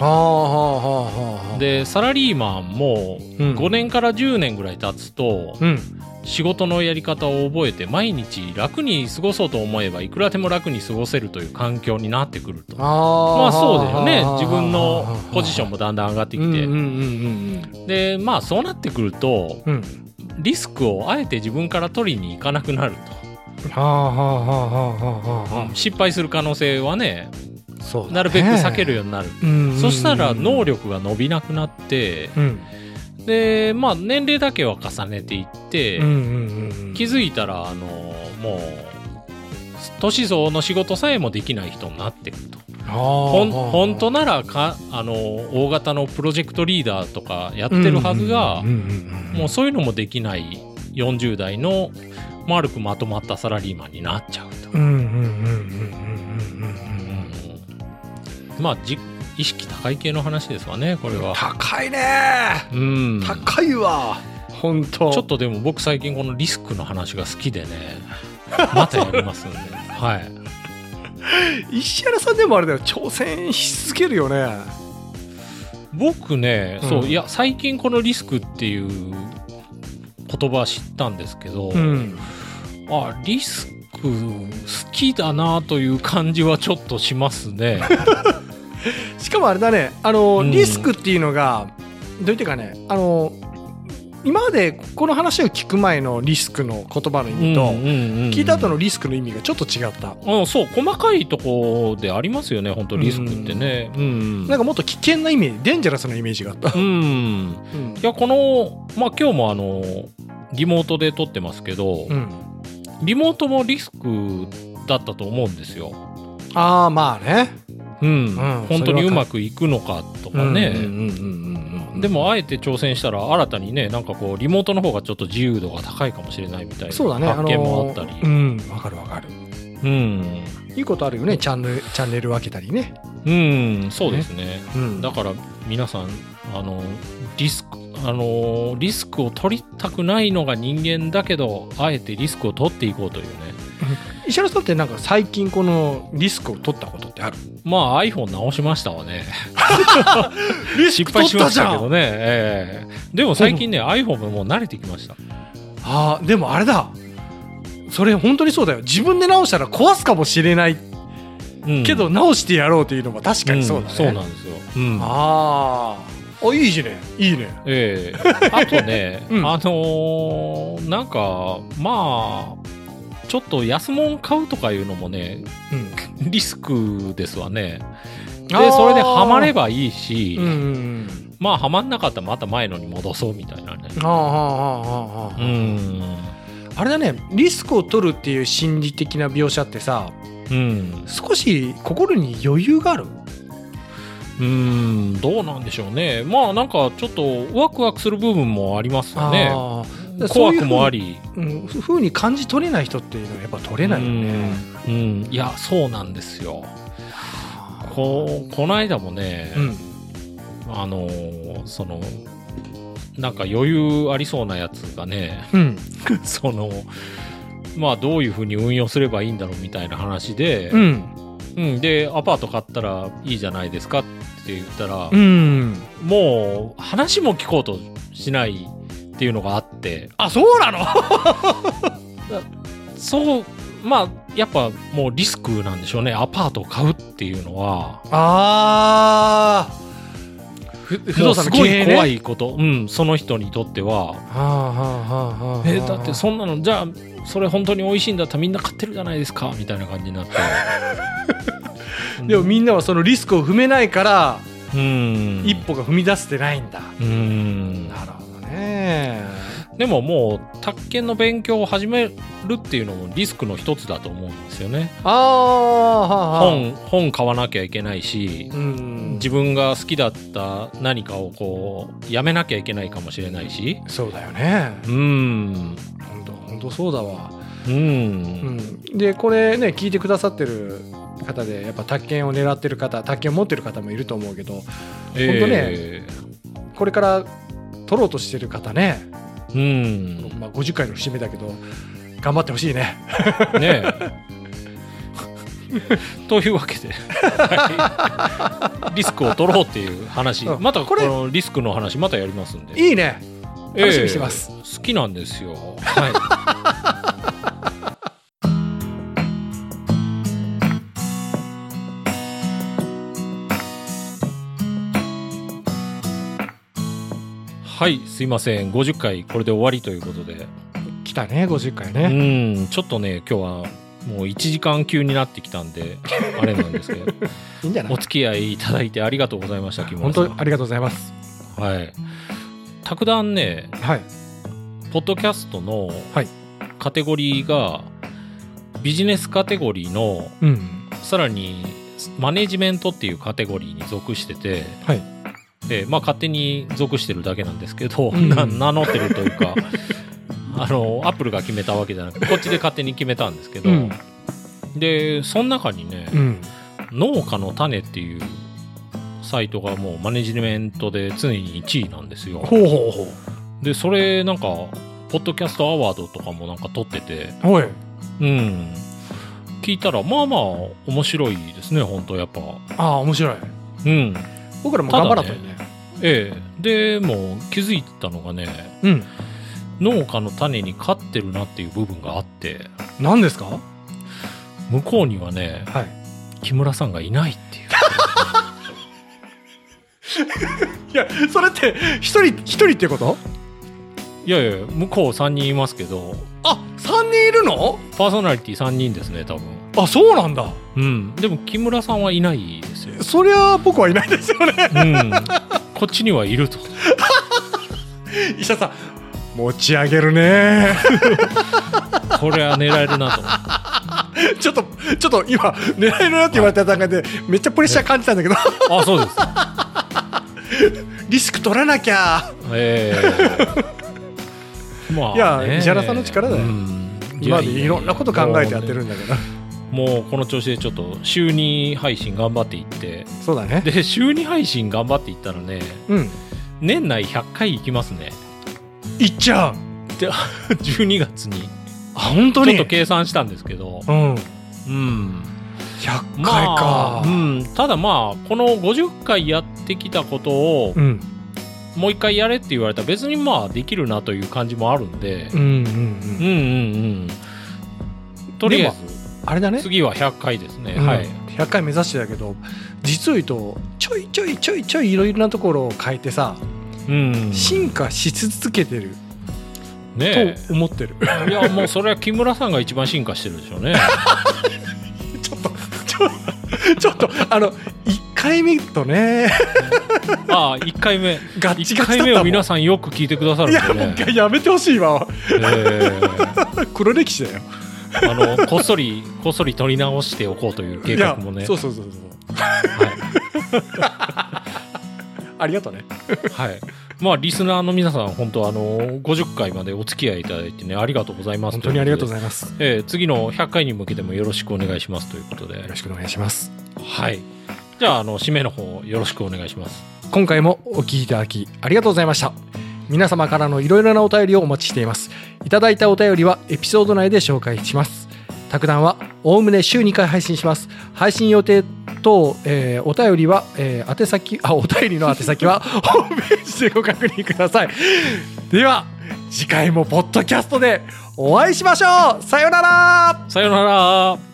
でサラリーマンも5年から10年ぐらい経つと、仕事のやり方を覚えて毎日楽に過ごそうと思えばいくらでも楽に過ごせるという環境になってくると。まあそうだよね。自分のポジションもだんだん上がってきて、でまあそうなってくると、リスクをあえて自分から取りに行かなくなると。失敗する可能性はね、なるべく避けるようになる。そしたら能力が伸びなくなって、でまあ年齢だけは重ねていって、気づいたらもう年相の仕事さえもできない人になってくると。本当なら大型のプロジェクトリーダーとかやってるはずが、もうそういうのもできない40代の丸くまとまったサラリーマンになっちゃうと。まあ意識高い系の話ですわね、これは。 高いね。高いわ。本当。 ちょっとでも僕最近このリスクの話が好きでね、またやりますんで。はい。 石原さんでもあれだよ、挑戦し続けるよね。 僕ね、そういや最近このリスクっていう言葉知ったんですけど、リスク好きだなという感じはちょっとしますね。 しかもあれだね、リスクっていうのがどういうかね、今までこの話を聞く前のリスクの言葉の意味と聞いた後のリスクの意味がちょっと違った。 そう細かいとこでありますよね、本当リスクってね。 なんかもっと危険なイメージ、デンジャラスなイメージがあった。いやこの今日もリモートで撮ってますけど、リモートもリスクだったと思うんですよ。 まあね。 本当にうまくいくのかとかね。でもあえて挑戦したら新たにね、なんかこうリモートの方がちょっと自由度が高いかもしれないみたいな発見もあったり。 わかるわかる。いいことあるよね、チャンネル分けたりね。 そうですね。だから皆さんリスクを取りたくないのが人間だけど、あえてリスクを取っていこうというね。 石原さんってなんか最近このリスクを取ったことってある？ まあ iPhone 直しましたわね。失敗しましたけどね。でも最近ね、iPhone ももう慣れてきました。 でもあれだ、それ本当にそうだよ。自分で直したら壊すかもしれない、けど直してやろうというのも確かにそうだね。そうなんですよ。いいね、いいね。 あとね、なんかまあちょっと安物買うとかいうのもね、リスクですわね。でそれでハマればいいし、まあハマんなかったらまた前のに戻そうみたいなね。 あれだね、リスクを取るっていう心理的な描写ってさ、少し心に余裕がある？ どうなんでしょうね。まあなんかちょっとワクワクする部分もありますよね。怖くもあり、 風に感じ取れない人っていうのはやっぱ取れないよね。 いやそうなんですよ。この間もね、なんか余裕ありそうなやつがね、まあどういう風に運用すればいいんだろうみたいな話で、でアパート買ったらいいじゃないですかって言ったら、もう話も聞こうとしないっていうのがあって。 そうなの？ そうまあやっぱもうリスクなんでしょうね。アパートを買うっていうのは不動産の経営ね、すごい怖いこと、その人にとっては。だってそんなのじゃあそれ本当に美味しいんだったらみんな買ってるじゃないですかみたいな感じになってでもみんなはそのリスクを踏めないから一歩が踏み出せてないんだ。なるほどね。 でももう宅建の勉強を始めるっていうのもリスクの一つだと思うんですよね。本買わなきゃいけないし、自分が好きだった何かをこうやめなきゃいけないかもしれないし。 そうだよね。本当そうだわ。でこれね聞いてくださってる方でやっぱ宅建を狙ってる方、宅建を持ってる方もいると思うけど、本当ねこれから取ろうとしてる方ね、50回の節目だけど頑張ってほしいね。 ねというわけで、リスクを取ろうっていう話、またこのリスクの話またやりますんで。 いいね、楽しみにしてます。 好きなんですよ。はい、すいません、50回これで終わりということで。 来たね、50回ね。 ちょっとね今日はもう1時間級になってきたんであれなんですけどいいんじゃない。 お付き合いいただいてありがとうございました。木村さん、 本当ありがとうございます。 はい、卓談ね、ポッドキャストのカテゴリーがビジネスカテゴリーの、さらにマネジメントっていうカテゴリーに属してて、勝手に属してるだけなんですけど、名乗ってるというかアップルが決めたわけじゃなくてこっちで勝手に決めたんですけど、でその中にね、農家の種っていうサイトがもうマネジメントで常に1位なんですよ。でそれなんかポッドキャストアワードとかもなんか取ってて、聞いたらまあまあ面白いですね、本当やっぱ。 面白い。僕らも頑張らないとね。 でも気づいたのがね、農家の種に勝ってるなっていう部分があって。 何ですか？ 向こうにはね、木村さんがいないっていういやそれって一人ってこと？ いや向こう3人いますけど。 3人いるの？ パーソナリティ3人ですね多分。 そうなんだ。 でも木村さんはいないですよ。 そりゃ僕はいないですよね。 こっちにはいると。 医者さん持ち上げるね。 これは狙えるなと。 ちょっと今狙えるなって言われた段階でめっちゃプレッシャー感じたんだけど。 そうです。 リスク取らなきゃ。いや石原さんの力だよ。今までいろんなこと考えてやってるんだけど。 もうこの調子でちょっと週2配信頑張っていって。 そうだね。 で週2配信頑張っていったらね、年内100回いきますね。 いっちゃう。 で12月に。 本当に。 ちょっと計算したんですけど。 100回か。 ただまあこの50回やってきたことを、もう一回やれって言われたら別にまあできるなという感じもあるんで。とりあえず。 あれだね、 次は100回ですね。 100回目指してたけど、実を言うとちょいいろいろなところを変えてさ、進化し続けてると思ってる。 いやもうそれは木村さんが一番進化してるでしょうね。 ちょっと1回目とね。 1回目ガッチガチだったもん。1 回目を皆さんよく聞いてくださるんでね。 もう一回やめてほしいわ。黒歴史だよ。 こっそり取り直しておこうという計画もね。 そう。ありがとうね。 まあリスナーの皆さん本当50回までお付き合いいただいてねありがとうございます。 本当にありがとうございます。 次の100回に向けてもよろしくお願いしますということで。 よろしくお願いします。 じゃあ締めの方よろしくお願いします。 今回もお聞きいただきありがとうございました。皆様からのいろいろなお便りをお待ちしています。いただいたお便りはエピソード内で紹介します。卓談はおおむね週2回配信します。配信予定と、お便りは、お便りの宛先はホームページでご確認ください。では次回もポッドキャストでお会いしましょう。さよなら。 さよなら。